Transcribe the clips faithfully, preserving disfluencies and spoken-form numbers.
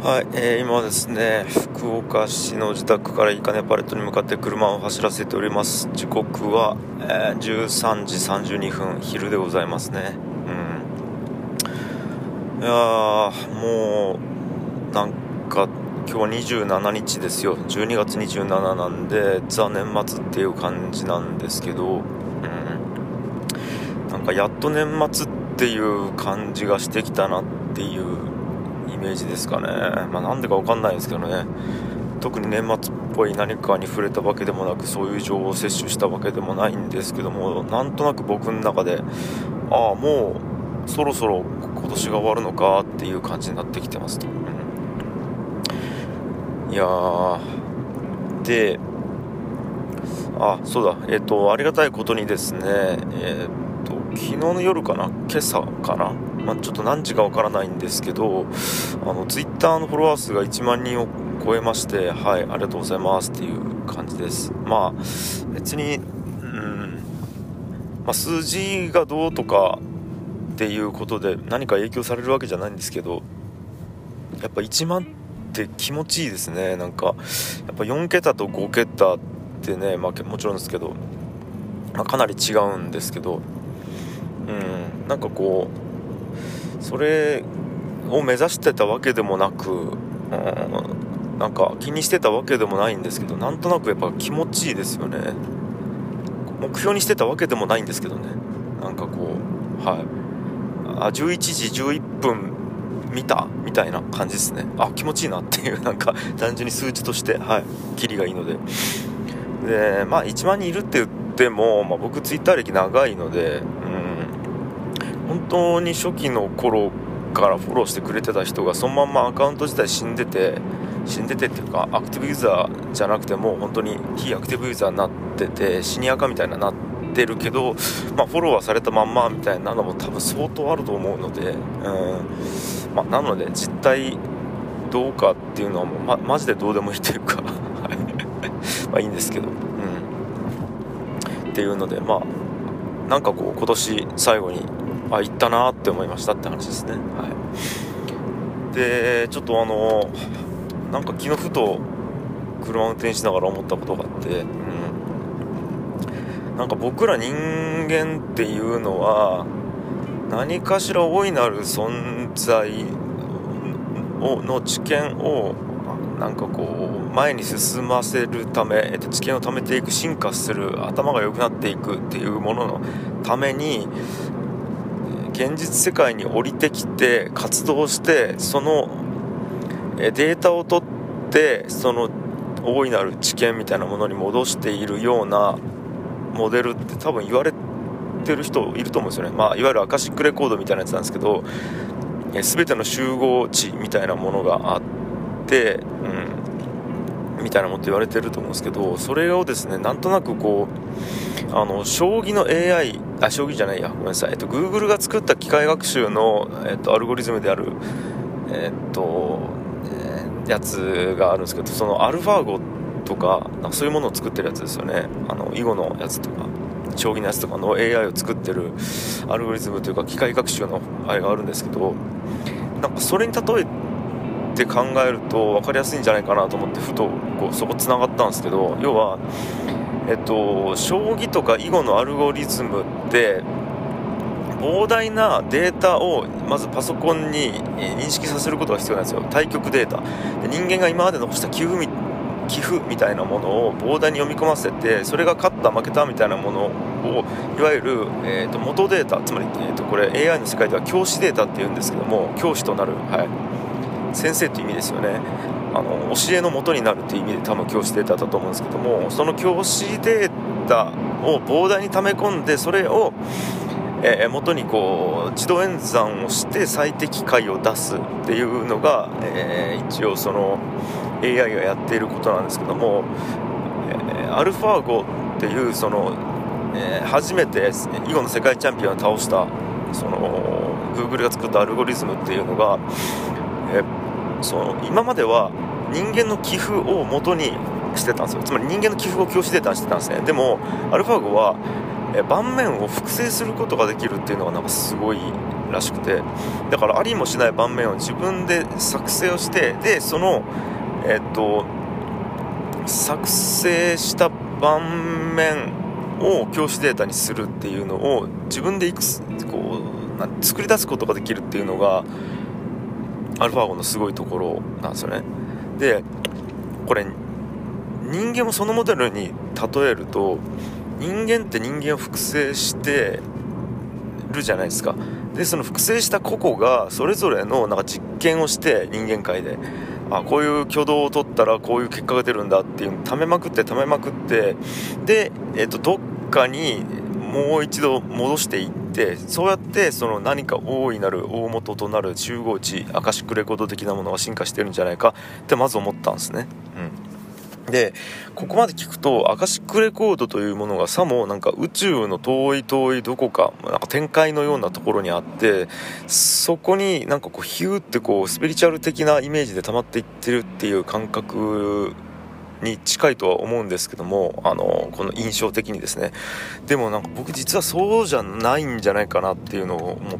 はい、えー、今はですね、福岡市の自宅からいいかねパレットに向かって車を走らせております。時刻は、えー、じゅうさんじさんじゅうにふん、昼でございますね。うん。いやー、もうなんか今日はにじゅうしちにちですよ。じゅうにがつにじゅうしちなんでザ年末っていう感じなんですけど、うん、なんかやっと年末っていう感じがしてきたなっていうイメージですかね。まあ、なんでか分かんないんですけどね。特に年末っぽい何かに触れたわけでもなく、そういう情報を摂取したわけでもないんですけども、なんとなく僕の中でああもうそろそろ今年が終わるのかっていう感じになってきてますと、うん、いやーであそうだえっ、ー、とありがたいことにですね、えっ、ー、と昨日の夜かな今朝かな、まあ、ちょっと何時かわからないんですけど、あのツイッターのフォロワー数がいちまんにんを超えまして、はい、ありがとうございますっていう感じです。まあ別に、うんまあ、数字がどうとかっていうことで何か影響されるわけじゃないんですけど、やっぱいちまんって気持ちいいですね。なんかやっぱよんけたとごけたってね、まあ、もちろんですけど、まあ、かなり違うんですけど、うん、なんかこうそれを目指してたわけでもなく、うん、なんか気にしてたわけでもないんですけど、なんとなくやっぱ気持ちいいですよね。目標にしてたわけでもないんですけどね、なんかこうはいあじゅういちじじゅういっぷん見たみたいな感じですね。あ気持ちいいなっていう、なんか単純に数字としてはいキリがいいので、でまあいちまんにんいるって言っても、まあ、僕ツイッター歴長いので、うん、本当に初期の頃からフォローしてくれてた人がそのまんまアカウント自体死んでて死んでてっていうか、アクティブユーザーじゃなくても本当に非アクティブユーザーになっててシニア化みたいななってるけど、まあ、フォローはされたまんまみたいなのも多分相当あると思うので、うんまあ、なので実態どうかっていうのはもう、ま、マジでどうでもいいというかまあいいんですけど、うん、っていうので、まあなんかこう今年最後にあ行ったなって思いましたって話ですね。はい、でちょっとあのなんか昨日ふと車運転しながら思ったことがあって、うん、なんか僕ら人間っていうのは何かしら大いなる存在をの知見をなんかこう前に進ませるため、えっと、知見を貯めていく、進化する、頭が良くなっていくっていうもののために現実世界に降りてきて活動して、そのデータを取ってその大いなる知見みたいなものに戻しているようなモデルって多分言われてる人いると思うんですよね。まあいわゆるアカシックレコードみたいなやつなんですけど、全ての集合値みたいなものがあって、うん、みたいなものって言われてると思うんですけど、それをですねなんとなくこうあの将棋の エーアイ あ将棋じゃないやごめんなさい、えっと Google が作った機械学習の、えっと、アルゴリズムであるえっと、えー、やつがあるんですけど、そのアルファゴとかなんかそういうものを作ってるやつですよね。あの囲碁のやつとか将棋のやつとかの エーアイ を作ってるアルゴリズムというか機械学習のあれがあるんですけど、なんかそれに例えて考えると分かりやすいんじゃないかなと思ってふとこうそこつながったんですけど、要は、えっと、将棋とか囲碁のアルゴリズムって膨大なデータをまずパソコンに認識させることが必要なんですよ。対局データで人間が今まで残した寄付み寄付みたいなものを膨大に読み込ませて、それが勝った負けたみたいなものをいわゆる、えー、と元データ、つまり、えー、とこれ エーアイ の世界では教師データっていうんですけども、教師となる、はい、先生という意味ですよね。あの教えの元になるという意味で多分教師データだと思うんですけども、その教師データを膨大に溜め込んで、それをえー、元にこう自動演算をして最適解を出すっていうのが、えー、一応その エーアイ がやっていることなんですけども、えー、アルファゴっていうその、えー、初めて囲碁の世界チャンピオンを倒したその Google が作ったアルゴリズムっていうのが、えー、その今までは人間の寄付を元にしてたんですよ。つまり人間の寄付を教師データにしてたんですね。でもアルファゴは盤面を複製することができるっていうのがなんかすごいらしくて、だからありもしない盤面を自分で作成をして、でそのえっと作成した盤面を教師データにするっていうのを自分でいくつこうな作り出すことができるっていうのがアルファゴのすごいところなんですよね。でこれ人間をそのモデルに例えると、人間って人間を複製してるじゃないですか。でその複製した個々がそれぞれのなんか実験をして、人間界であこういう挙動を取ったらこういう結果が出るんだっていうのを貯めまくって貯めまくって、で、えっと、どっかにもう一度戻していって、そうやってその何か大いなる大元となる集合値、アカシックレコード的なものが進化してるんじゃないかってまず思ったんですね。うん、でここまで聞くと、アカシックレコードというものがさもなんか宇宙の遠い遠いどこか、なんか展開のようなところにあって、そこになんかこうヒューってこうスピリチュアル的なイメージで溜まっていってるっていう感覚に近いとは思うんですけども、あのこの印象的にですね。でもなんか僕実はそうじゃないんじゃないかなっていうのを思って、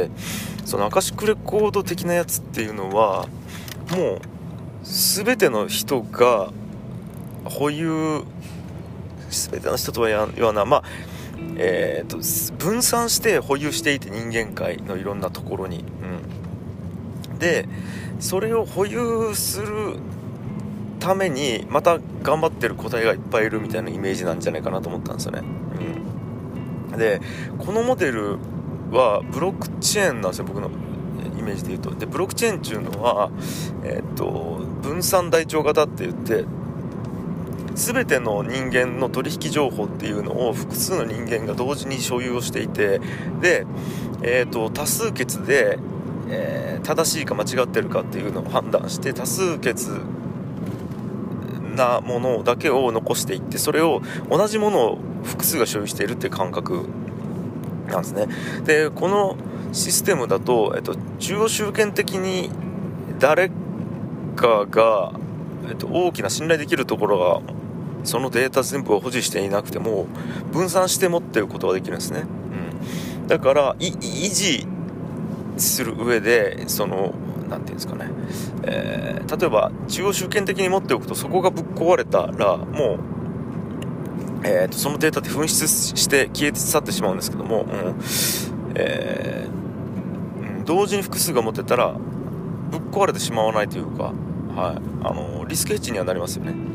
そのアカシックレコード的なやつっていうのはもう全ての人が保有、全ての人とは言わない、まあえー、と分散して保有していて、人間界のいろんなところに、うん、でそれを保有するためにまた頑張ってる個体がいっぱいいるみたいなイメージなんじゃないかなと思ったんですよね。うん、でこのモデルはブロックチェーンなんですよ、僕のイメージで言うと。でブロックチェーンっていうのは、えー、と分散台帳型って言って、全ての人間の取引情報っていうのを複数の人間が同時に所有をしていて、で、えー、と多数決で、えー、正しいか間違ってるかっていうのを判断して、多数決なものだけを残していって、それを同じものを複数が所有しているっていう感覚なんですね。でこのシステムだと、えっと、中央集権的に誰かが、えっと、大きな信頼できるところがそのデータ全部を保持していなくても分散して持っていることができるんですね。うん、だから維持する上で、そのなんていうんですかね、えー、例えば中央集権的に持っておくと、そこがぶっ壊れたらもう、えー、とそのデータって紛失して消え去ってしまうんですけども、うんえー、同時に複数が持ってたらぶっ壊れてしまわないというか、はい、あのリスクヘッジにはなりますよね。うん、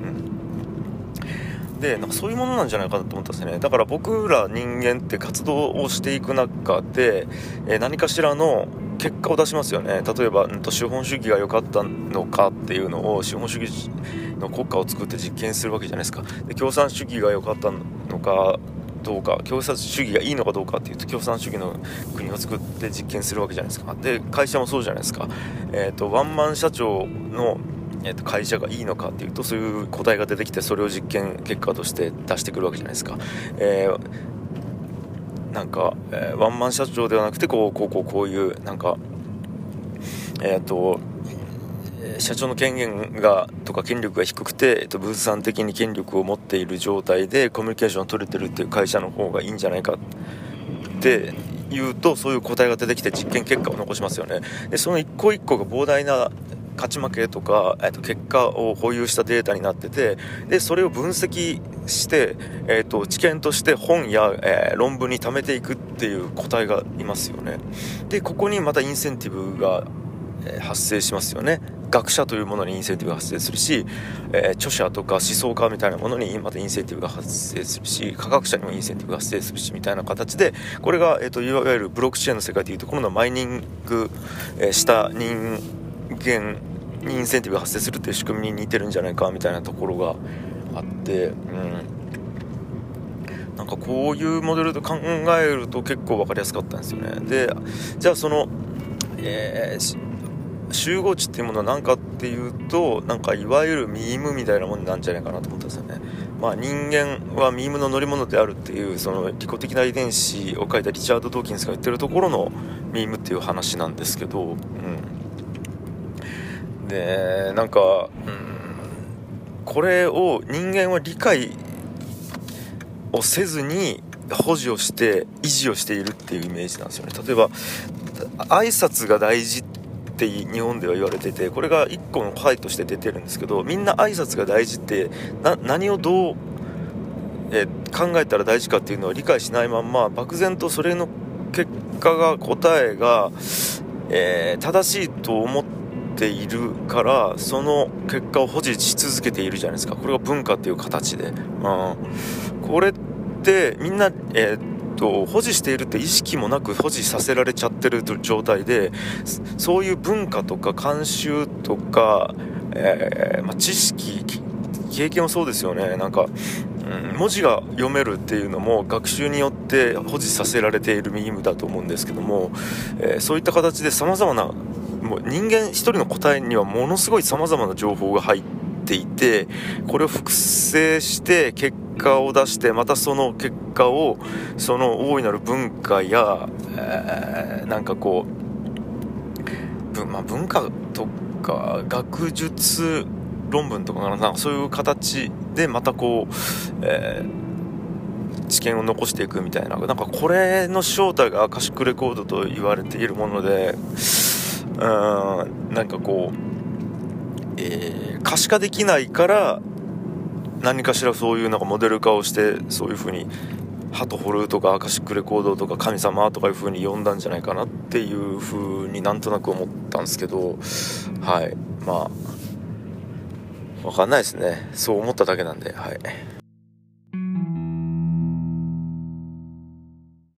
でなんかそういうものなんじゃないかなと思ったんですね。だから僕ら人間って活動をしていく中で、えー、何かしらの結果を出しますよね。例えば、うん、と資本主義が良かったのかっていうのを資本主義の国家を作って実験するわけじゃないですか。で共産主義が良かったのかどうか、共産主義がいいのかどうかっていうと、共産主義の国を作って実験するわけじゃないですか。で会社もそうじゃないですか。えー、とワンマン社長の、えー、と会社がいいのかっていうと、そういう答えが出てきて、それを実験結果として出してくるわけじゃないですか。えーなんか、えー、ワンマン社長ではなくて、こうこうこうこういうなんかえっ、ー、と社長の権限がとか権力が低くて、えー、と分散的に権力を持っている状態でコミュニケーションを取れてるっていう会社の方がいいんじゃないかっていうと、そういう答えが出てきて実験結果を残しますよね。でその一個一個が膨大な勝ち負けとか、えー、と結果を保有したデータになってて、でそれを分析して、えー、と知見として本や、えー、論文に貯めていくっていう個体がいますよね。でここにまたインセンティブが、えー、発生しますよね。学者というものにインセンティブが発生するし、えー、著者とか思想家みたいなものにまたインセンティブが発生するし、科学者にもインセンティブが発生するしみたいな形で、これが、えー、といわゆるブロックチェーンの世界でいうところのマイニング、えー、した人間にインセンティブが発生するっていう仕組みに似てるんじゃないかみたいなところがあって、うん、なんかこういうモデルで考えると結構分かりやすかったんですよね。でじゃあその、えー、集合値っていうものは何かっていうと、なんかいわゆるミームみたいなものなんじゃないかなと思ったんですよね。まあ人間はミームの乗り物であるっていう、その利己的な遺伝子を書いたリチャード・ドーキンスが言ってるところのミームっていう話なんですけど、うんでなんか、うん、これを人間は理解をせずに保持をして維持をしているっていうイメージなんですよね。例えば挨拶が大事って日本では言われてて、これが一個の回として出てるんですけど、みんな挨拶が大事ってな何をどう、えー、考えたら大事かっていうのは理解しないまんま、漠然とそれの結果が答えが、えー、正しいと思っているから、その結果を保持し続けているじゃないですか。これが文化っていう形で、うん、これってみんな、えー保持しているって意識もなく保持させられちゃってる状態で、そういう文化とか慣習とか、えーまあ、知識経験もそうですよね。なんか、うん、文字が読めるっていうのも学習によって保持させられている義務だと思うんですけども、えー、そういった形で様々な、もう人間一人の答えにはものすごい様々な情報が入っていて、これを複製して結果を出して、またその結果をその大いなる文化や、えー、なんかこう、ぶまあ、文化とか学術論文とかかな、なんかそういう形でまたこう、えー、知見を残していくみたいな、なんかこれの正体がアカシックレコードと言われているもので、うーん、なんかこう、えー、可視化できないから何かしらそういうなんかモデル化をして、そういう風にハトホルとかアカシックレコードとか神様とかいう風に呼んだんじゃないかなっていう風になんとなく思ったんですけど、はい、まあわかんないですね。そう思っただけなんで、はい。